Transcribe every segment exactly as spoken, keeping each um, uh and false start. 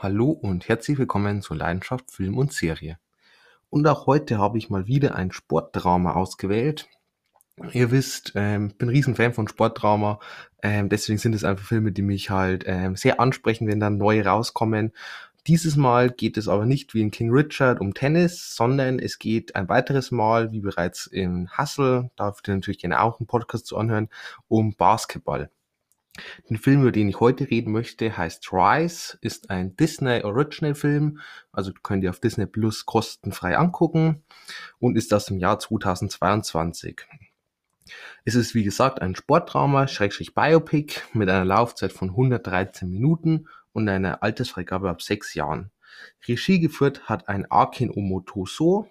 Hallo und herzlich willkommen zu Leidenschaft Film und Serie. Und auch heute habe ich mal wieder ein Sportdrama ausgewählt. Ihr wisst, ähm, ich bin ein Riesenfan von Sportdrama, ähm, deswegen sind es einfach Filme, die mich halt ähm, sehr ansprechen, wenn dann neue rauskommen. Dieses Mal geht es aber nicht wie in King Richard um Tennis, sondern es geht ein weiteres Mal, wie bereits in Hustle, da dürft ihr natürlich gerne auch einen Podcast zu anhören, um Basketball. Den Film, über den ich heute reden möchte, heißt Rise, ist ein Disney Original Film, also könnt ihr auf Disney Plus kostenfrei angucken und ist aus dem Jahr zweitausendzweiundzwanzig. Es ist wie gesagt ein Sportdrama, Schrägstrich Biopic mit einer Laufzeit von hundertdreizehn Minuten und einer Altersfreigabe ab sechs Jahren. Regie geführt hat ein Akin Omotoso.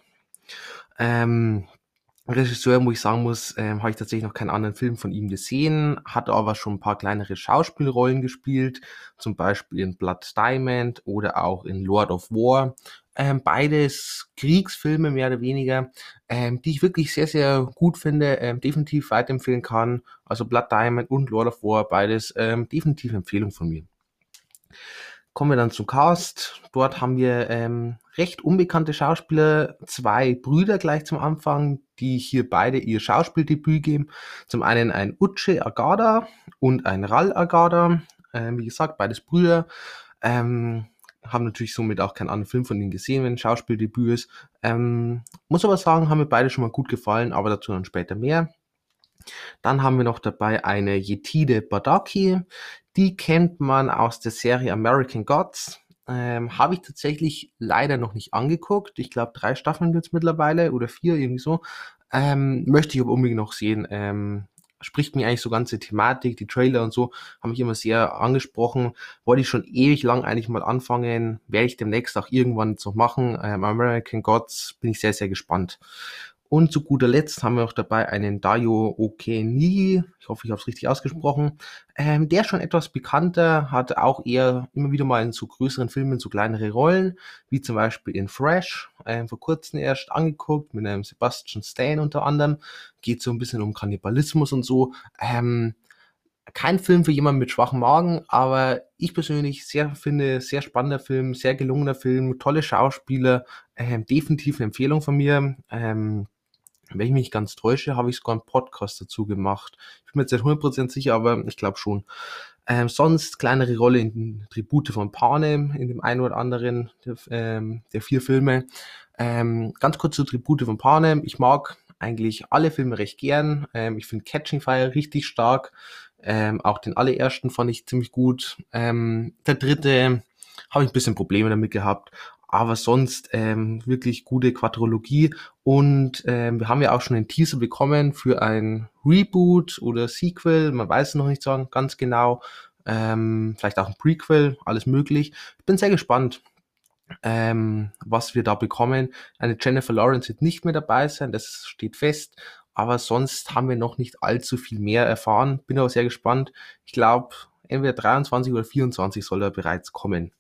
Ähm, Regisseur, wo ich sagen muss, ähm, habe ich tatsächlich noch keinen anderen Film von ihm gesehen, hat aber schon ein paar kleinere Schauspielrollen gespielt, zum Beispiel in Blood Diamond oder auch in Lord of War. Ähm, beides Kriegsfilme mehr oder weniger, ähm, die ich wirklich sehr, sehr gut finde, ähm, definitiv weiterempfehlen kann. Also Blood Diamond und Lord of War, beides ähm, definitiv Empfehlung von mir. Kommen wir dann zum Cast. Dort haben wir ähm, recht unbekannte Schauspieler, zwei Brüder gleich zum Anfang, die hier beide ihr Schauspieldebüt geben. Zum einen ein Uche Agada und ein Ral Agada. Ähm, wie gesagt, beides Brüder. Ähm, haben natürlich somit auch keinen anderen Film von ihnen gesehen, wenn ein Schauspieldebüt ist. Ähm, muss aber sagen, haben mir beide schon mal gut gefallen, aber dazu dann später mehr. Dann haben wir noch dabei eine Yetide Badaki. Die kennt man aus der Serie American Gods. Ähm, habe ich tatsächlich leider noch nicht angeguckt. Ich glaube, drei Staffeln gibt's mittlerweile oder vier, irgendwie so. Ähm, möchte ich aber unbedingt noch sehen. Ähm, spricht mir eigentlich so ganze Thematik, die Trailer und so, haben mich immer sehr angesprochen. Wollte ich schon ewig lang eigentlich mal anfangen. Werde ich demnächst auch irgendwann so machen. Ähm, American Gods bin ich sehr, sehr gespannt. Und zu guter Letzt haben wir noch dabei einen Dayo Okeni, ich hoffe, ich habe es richtig ausgesprochen, ähm, der schon etwas bekannter, hat auch eher immer wieder mal in so größeren Filmen so kleinere Rollen, wie zum Beispiel in Fresh, ähm, vor kurzem erst angeguckt, mit einem Sebastian Stan unter anderem, geht so ein bisschen um Kannibalismus und so. Ähm, kein Film für jemanden mit schwachem Magen, aber ich persönlich sehr finde, sehr spannender Film, sehr gelungener Film, tolle Schauspieler, ähm, definitiv eine Empfehlung von mir. Ähm, wenn ich mich nicht ganz täusche, habe ich sogar einen Podcast dazu gemacht. Ich bin mir jetzt nicht hundert Prozent sicher, aber ich glaube schon. Ähm, sonst kleinere Rolle in Tribute von Panem, in dem einen oder anderen der, ähm, der vier Filme. Ähm, ganz kurz zu Tribute von Panem. Ich mag eigentlich alle Filme recht gern. Ähm, ich finde Catching Fire richtig stark. Ähm, auch den allerersten fand ich ziemlich gut. Ähm, der dritte habe ich ein bisschen Probleme damit gehabt. Aber sonst ähm, wirklich gute Quadrologie. Und ähm, wir haben ja auch schon einen Teaser bekommen für ein Reboot oder Sequel. Man weiß es noch nicht sagen, ganz genau. Ähm, vielleicht auch ein Prequel, alles möglich. Ich bin sehr gespannt, ähm, was wir da bekommen. Eine Jennifer Lawrence wird nicht mehr dabei sein, das steht fest. Aber sonst haben wir noch nicht allzu viel mehr erfahren. Bin aber sehr gespannt. Ich glaube, entweder dreiundzwanzig oder vierundzwanzig soll er bereits kommen.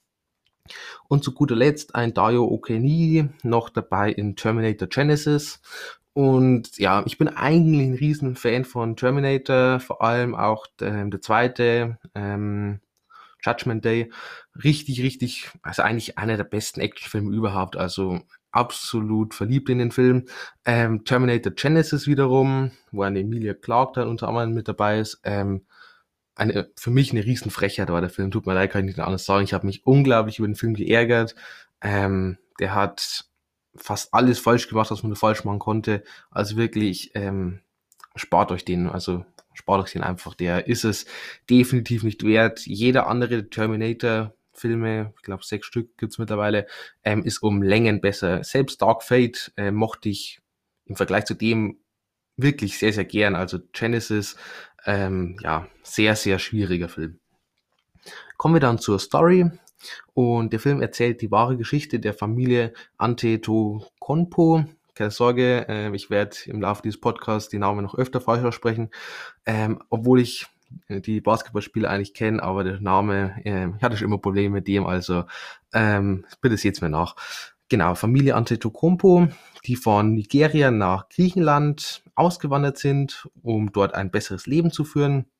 Und zu guter Letzt ein Dayo Okeni noch dabei in Terminator Genesis. Und ja, ich bin eigentlich ein riesen Fan von Terminator, vor allem auch der, der zweite, ähm, Judgment Day. Richtig, richtig, also eigentlich einer der besten Actionfilme überhaupt. Also absolut verliebt in den Film. Ähm, Terminator Genesis wiederum, wo eine Emilia Clarke dann unter anderem mit dabei ist. Ähm, eine, für mich eine Riesenfrechheit war der Film. Tut mir leid, kann ich nicht anders sagen. Ich habe mich unglaublich über den Film geärgert. Ähm, der hat fast alles falsch gemacht, was man falsch machen konnte. Also wirklich, ähm, spart euch den. Also spart euch den einfach. Der ist es definitiv nicht wert. Jeder andere Terminator Filme, ich glaube sechs Stück gibt's mittlerweile, ähm, ist um Längen besser. Selbst Dark Fate äh, mochte ich im Vergleich zu dem wirklich sehr, sehr gern. Also Genesis, ähm, ja, sehr, sehr schwieriger Film. Kommen wir dann zur Story. Und der Film erzählt die wahre Geschichte der Familie Antetokounmpo. Keine Sorge, äh, ich werde im Laufe dieses Podcasts die Namen noch öfter falsch aussprechen, ähm, obwohl ich äh, die Basketballspieler eigentlich kenne, aber der Name, äh, ich hatte schon immer Probleme mit dem, also ähm, bitte seht's mir nach. Genau, Familie Antetokounmpo, die von Nigeria nach Griechenland ausgewandert sind, um dort ein besseres Leben zu führen.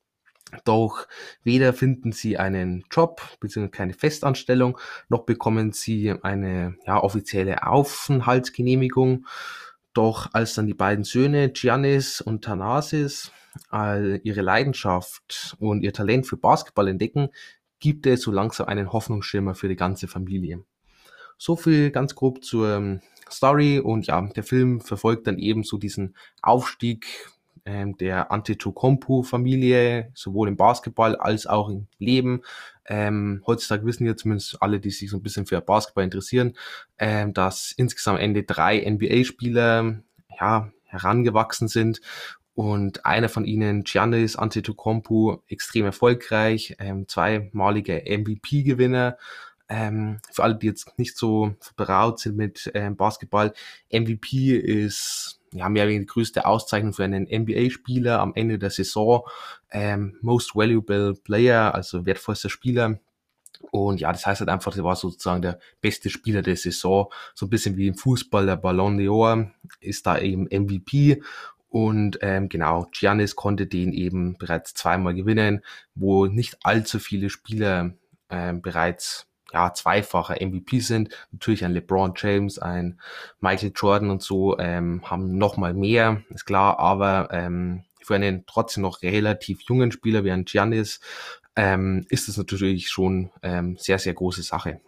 Doch weder finden sie einen Job beziehungsweise keine Festanstellung, noch bekommen sie eine, ja, offizielle Aufenthaltsgenehmigung. Doch als dann die beiden Söhne Giannis und Thanasis all ihre Leidenschaft und ihr Talent für Basketball entdecken, gibt es so langsam einen Hoffnungsschimmer für die ganze Familie. So viel ganz grob zur ähm, Story und ja, der Film verfolgt dann eben so diesen Aufstieg ähm, der Antetokounmpo-Familie, sowohl im Basketball als auch im Leben. Ähm, heutzutage wissen ja zumindest alle, die sich so ein bisschen für Basketball interessieren, ähm, dass insgesamt am Ende drei N B A-Spieler ja, herangewachsen sind und einer von ihnen, Giannis Antetokounmpo, extrem erfolgreich, ähm, zweimaliger M V P-Gewinner. Ähm, für alle, die jetzt nicht so vertraut sind mit ähm, Basketball, M V P ist ja mehr oder weniger die größte Auszeichnung für einen N B A-Spieler am Ende der Saison. Ähm, Most Valuable Player, also wertvollster Spieler. Und ja, das heißt halt einfach, der war sozusagen der beste Spieler der Saison. So ein bisschen wie im Fußball, der Ballon d'Or ist da eben M V P. Und ähm, genau, Giannis konnte den eben bereits zweimal gewinnen, wo nicht allzu viele Spieler ähm, bereits ja, zweifacher M V P sind. Natürlich ein LeBron James, ein Michael Jordan und so ähm, haben nochmal mehr, ist klar, aber ähm, für einen trotzdem noch relativ jungen Spieler wie ein Giannis ähm, ist es natürlich schon ähm, sehr, sehr große Sache.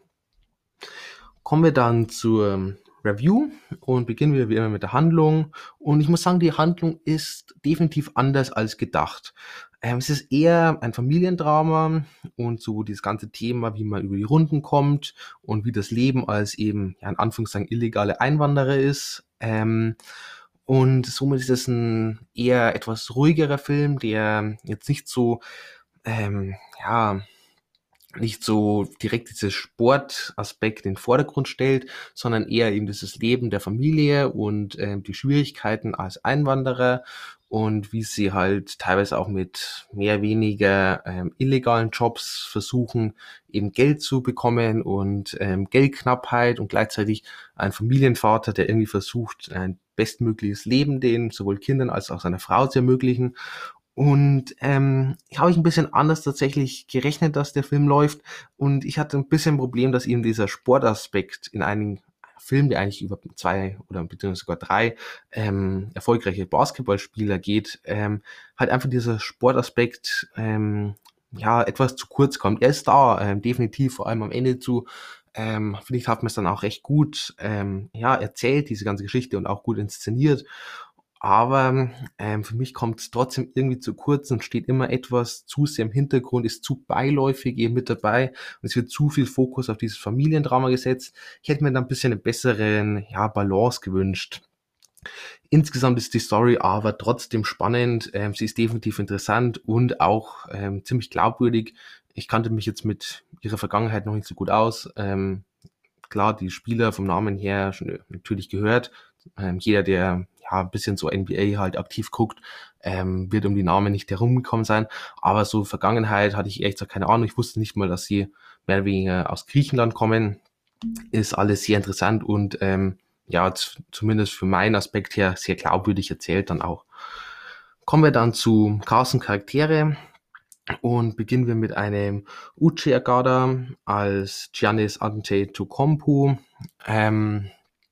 Kommen wir dann zur ähm, Review und beginnen wir wie immer mit der Handlung. Und ich muss sagen, die Handlung ist definitiv anders als gedacht. Ähm, es ist eher ein Familiendrama und so dieses ganze Thema, wie man über die Runden kommt und wie das Leben als eben, ja, in Anführungszeichen illegale Einwanderer ist. Ähm, und somit ist es ein eher etwas ruhigerer Film, der jetzt nicht so, ähm, ja, nicht so direkt dieses Sportaspekt in den Vordergrund stellt, sondern eher eben dieses Leben der Familie und ähm, die Schwierigkeiten als Einwanderer und wie sie halt teilweise auch mit mehr weniger ähm, illegalen Jobs versuchen, eben Geld zu bekommen und ähm, Geldknappheit und gleichzeitig ein Familienvater, der irgendwie versucht, ein bestmögliches Leben den sowohl Kindern als auch seiner Frau zu ermöglichen. Und ähm, habe ich ein bisschen anders tatsächlich gerechnet, dass der Film läuft. Und ich hatte ein bisschen ein Problem, dass eben dieser Sportaspekt in einem Film, der eigentlich über zwei oder beziehungsweise sogar drei ähm, erfolgreiche Basketballspieler geht, ähm, halt einfach dieser Sportaspekt ähm, ja etwas zu kurz kommt. Er ist da, ähm, definitiv, vor allem am Ende zu. Ähm, finde ich, hat man es dann auch recht gut ähm, ja, erzählt, diese ganze Geschichte und auch gut inszeniert. Aber ähm, für mich kommt es trotzdem irgendwie zu kurz und steht immer etwas zu sehr im Hintergrund, ist zu beiläufig eben mit dabei und es wird zu viel Fokus auf dieses Familiendrama gesetzt. Ich hätte mir da ein bisschen eine besseren, ja, Balance gewünscht. Insgesamt ist die Story aber trotzdem spannend. Ähm, sie ist definitiv interessant und auch ähm, ziemlich glaubwürdig. Ich kannte mich jetzt mit ihrer Vergangenheit noch nicht so gut aus. Ähm, klar, die Spieler vom Namen her schon natürlich gehört. Ähm, jeder, der ja ein bisschen so N B A halt aktiv guckt, ähm, wird um die Namen nicht herumgekommen sein. Aber so Vergangenheit hatte ich echt so keine Ahnung. Ich wusste nicht mal, dass sie mehr oder weniger aus Griechenland kommen. Ist alles sehr interessant und ähm, ja, zumindest für meinen Aspekt her sehr glaubwürdig erzählt dann auch. Kommen wir dann zu Cast und Charaktere und beginnen wir mit einem Uche Agada als Giannis Antetokounmpo. Ähm,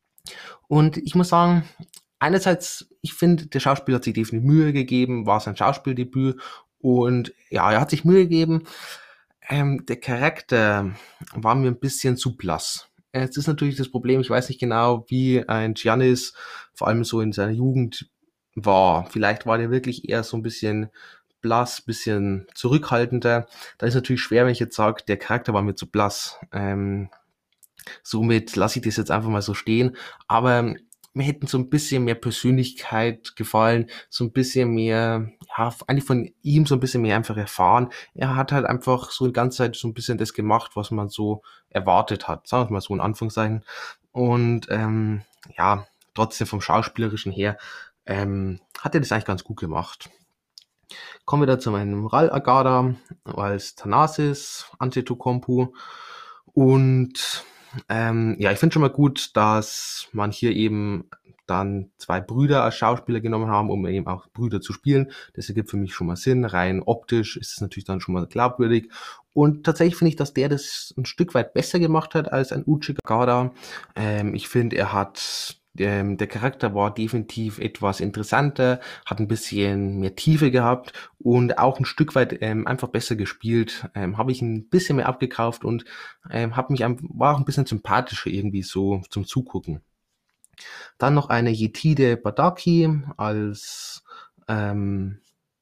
und ich muss sagen, einerseits, ich finde, der Schauspieler hat sich definitiv Mühe gegeben, war sein Schauspieldebüt und ja, er hat sich Mühe gegeben. Ähm, der Charakter war mir ein bisschen zu blass. Es ist natürlich das Problem, ich weiß nicht genau, wie ein Giannis vor allem so in seiner Jugend war. Vielleicht war der wirklich eher so ein bisschen blass, bisschen zurückhaltender. Da ist natürlich schwer, wenn ich jetzt sage, der Charakter war mir zu blass. Ähm, somit lasse ich das jetzt einfach mal so stehen. Aber mir hätten so ein bisschen mehr Persönlichkeit gefallen, so ein bisschen mehr, ja, eigentlich von ihm so ein bisschen mehr einfach erfahren. Er hat halt einfach so die ganze Zeit so ein bisschen das gemacht, was man so erwartet hat, sagen wir mal so in Anführungszeichen. Und ähm, ja, trotzdem vom Schauspielerischen her ähm, hat er das eigentlich ganz gut gemacht. Kommen wir da zu meinem Ral Agada als Thanasis Antetokounmpo. Und ähm, ja, ich finde schon mal gut, dass man hier eben dann zwei Brüder als Schauspieler genommen haben, um eben auch Brüder zu spielen. Das ergibt für mich schon mal Sinn. Rein optisch ist es natürlich dann schon mal glaubwürdig. Und tatsächlich finde ich, dass der das ein Stück weit besser gemacht hat als ein Uche Gada. Ähm, ich finde, er hat ähm, der Charakter war definitiv etwas interessanter, hat ein bisschen mehr Tiefe gehabt und auch ein Stück weit ähm, einfach besser gespielt. Ähm, habe ich ein bisschen mehr abgekauft und ähm, hab mich ein, war auch ein bisschen sympathischer irgendwie so zum Zugucken. Dann noch eine Yetide Badaki als ähm,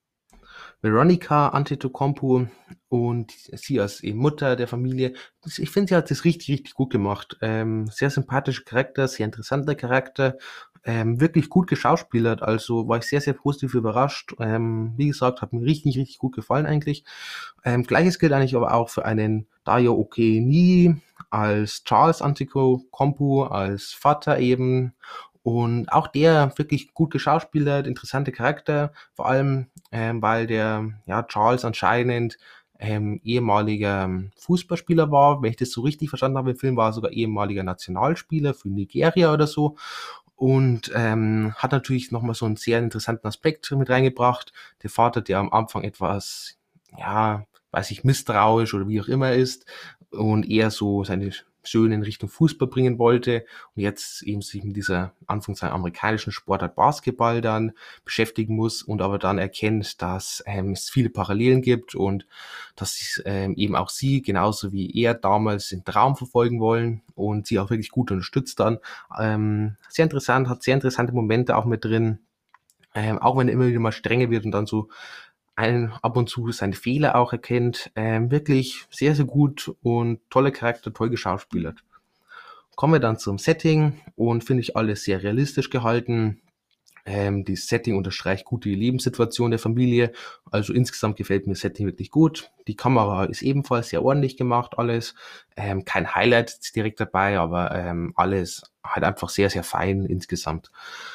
Veronica Antetokounmpo und sie als eben Mutter der Familie. Ich finde, sie hat das richtig, richtig gut gemacht. Ähm, sehr sympathischer Charakter, sehr interessanter Charakter, ähm, wirklich gut geschauspielert. Also war ich sehr, sehr positiv überrascht. Ähm, wie gesagt, hat mir richtig, richtig gut gefallen eigentlich. Ähm, Gleiches gilt eigentlich aber auch für einen Dayo Okeni als Charles Antetokounmpo, als Vater eben. Und auch der wirklich gut geschauspielert, interessante Charakter, vor allem, ähm, weil der ja, Charles anscheinend ähm, ehemaliger ähm, Fußballspieler war. Wenn ich das so richtig verstanden habe im Film, war er sogar ehemaliger Nationalspieler für Nigeria oder so. Und ähm, hat natürlich nochmal so einen sehr interessanten Aspekt mit reingebracht. Der Vater, der am Anfang etwas, ja, weiß ich, misstrauisch oder wie auch immer ist und eher so seine Söhne in Richtung Fußball bringen wollte und jetzt eben sich mit dieser Anführungszeichen amerikanischen Sportart Basketball dann beschäftigen muss und aber dann erkennt, dass ähm, es viele Parallelen gibt und dass ähm, eben auch sie genauso wie er damals den Traum verfolgen wollen und sie auch wirklich gut unterstützt dann. Ähm, sehr interessant, hat sehr interessante Momente auch mit drin, ähm, auch wenn er immer wieder mal strenger wird und dann so ein, ab und zu seine Fehler auch erkennt. Ähm, wirklich sehr, sehr gut und tolle Charakter, toll geschauspielert. Kommen wir dann zum Setting und finde ich alles sehr realistisch gehalten. Ähm, das Setting unterstreicht gut die Lebenssituation der Familie. Also insgesamt gefällt mir das Setting wirklich gut. Die Kamera ist ebenfalls sehr ordentlich gemacht, alles. Ähm, kein Highlight direkt dabei, aber ähm, alles halt einfach sehr, sehr fein insgesamt.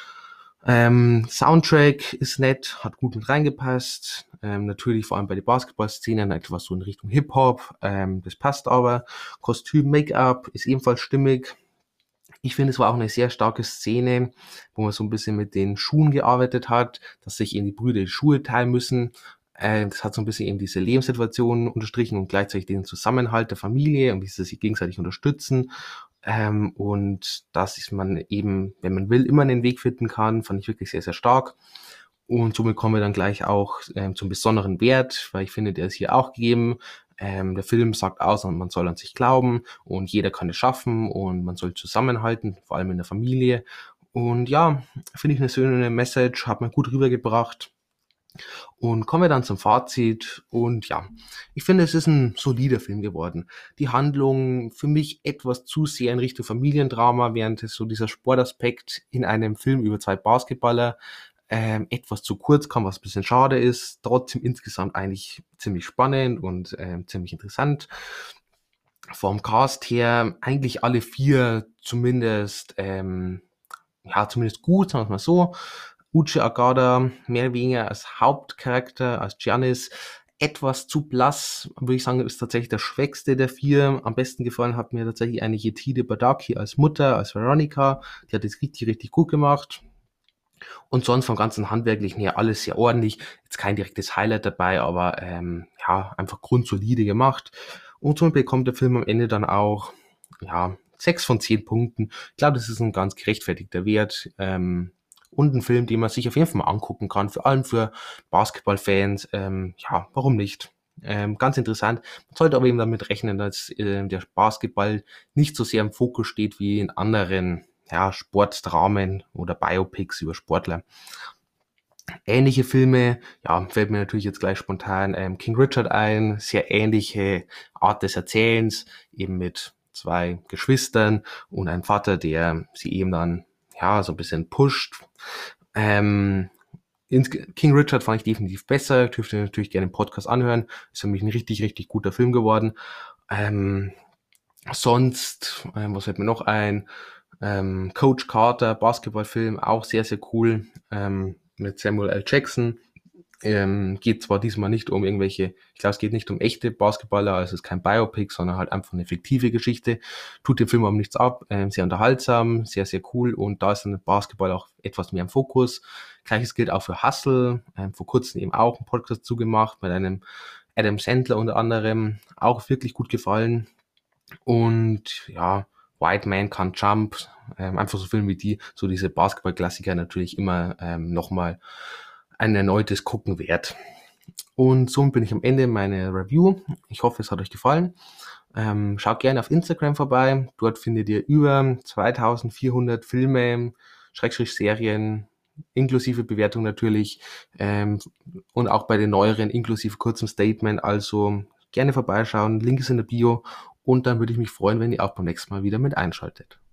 Ähm, Soundtrack ist nett, hat gut mit reingepasst. Ähm, natürlich vor allem bei den Basketball-Szenen etwas so in Richtung Hip-Hop. Ähm, das passt aber. Kostüm, Make-up ist ebenfalls stimmig. Ich finde, es war auch eine sehr starke Szene, wo man so ein bisschen mit den Schuhen gearbeitet hat, dass sich eben die Brüder die Schuhe teilen müssen. Äh, das hat so ein bisschen eben diese Lebenssituation unterstrichen und gleichzeitig den Zusammenhalt der Familie und wie sie sich gegenseitig unterstützen. Ähm, und dass ist man eben, wenn man will, immer einen Weg finden kann, fand ich wirklich sehr, sehr stark. Und somit kommen wir dann gleich auch ähm, zum besonderen Wert, weil ich finde, der ist hier auch gegeben. Ähm, der Film sagt aus, man soll an sich glauben und jeder kann es schaffen und man soll zusammenhalten, vor allem in der Familie. Und ja, finde ich eine schöne Message, hat man gut rübergebracht. Und kommen wir dann zum Fazit. Und ja, ich finde, es ist ein solider Film geworden. Die Handlung für mich etwas zu sehr in Richtung Familiendrama, während es so dieser Sportaspekt in einem Film über zwei Basketballer ähm, etwas zu kurz kam, was ein bisschen schade ist. Trotzdem insgesamt eigentlich ziemlich spannend und ähm, ziemlich interessant. Vom Cast her eigentlich alle vier zumindest, ähm, ja, zumindest gut, sagen wir es mal so. Uche Agada mehr oder weniger als Hauptcharakter, als Giannis, etwas zu blass, würde ich sagen, ist tatsächlich der schwächste der vier. Am besten gefallen hat mir tatsächlich eine Yetide Badaki als Mutter, als Veronica. Die hat es richtig, richtig gut gemacht. Und sonst vom ganzen Handwerklichen her alles sehr ordentlich. Jetzt kein direktes Highlight dabei, aber ähm, ja, einfach grundsolide gemacht. Und somit bekommt der Film am Ende dann auch, ja, sechs von zehn Punkten. Ich glaube, das ist ein ganz gerechtfertigter Wert. Ähm, und ein Film, den man sich auf jeden Fall mal angucken kann, vor allem für Basketballfans. Ähm, ja, warum nicht? Ähm, ganz interessant. Man sollte aber eben damit rechnen, dass äh, der Basketball nicht so sehr im Fokus steht wie in anderen ja, Sportdramen oder Biopics über Sportler. Ähnliche Filme, ja, fällt mir natürlich jetzt gleich spontan ähm, King Richard ein, sehr ähnliche Art des Erzählens, eben mit zwei Geschwistern und einem Vater, der sie eben dann, ja, so ein bisschen pusht. Ähm, King Richard fand ich definitiv besser, dürft ihr natürlich gerne im Podcast anhören, ist für mich ein richtig, richtig guter Film geworden. Ähm, sonst, ähm, was fällt mir noch ein? Ähm, Coach Carter, Basketballfilm, auch sehr, sehr cool, ähm, mit Samuel L. Jackson. Ähm, geht zwar diesmal nicht um irgendwelche, ich glaube, es geht nicht um echte Basketballer, also es ist kein Biopic, sondern halt einfach eine fiktive Geschichte. Tut dem Film aber nichts ab, ähm, sehr unterhaltsam, sehr, sehr cool und da ist dann Basketball auch etwas mehr im Fokus. Gleiches gilt auch für Hustle, ähm, vor kurzem eben auch einen Podcast zugemacht mit einem Adam Sandler unter anderem, auch wirklich gut gefallen. Und ja, White Man Can't Jump, ähm, einfach so Filme wie die, so diese Basketball-Klassiker natürlich immer ähm, nochmal ein erneutes Gucken wert. Und somit bin ich am Ende meiner Review. Ich hoffe, es hat euch gefallen. Ähm, schaut gerne auf Instagram vorbei. Dort findet ihr über zweitausendvierhundert Filme, Schrägstrich Serien, inklusive Bewertung natürlich, ähm, und auch bei den neueren inklusive kurzem Statement. Also gerne vorbeischauen. Link ist in der Bio. Und dann würde ich mich freuen, wenn ihr auch beim nächsten Mal wieder mit einschaltet.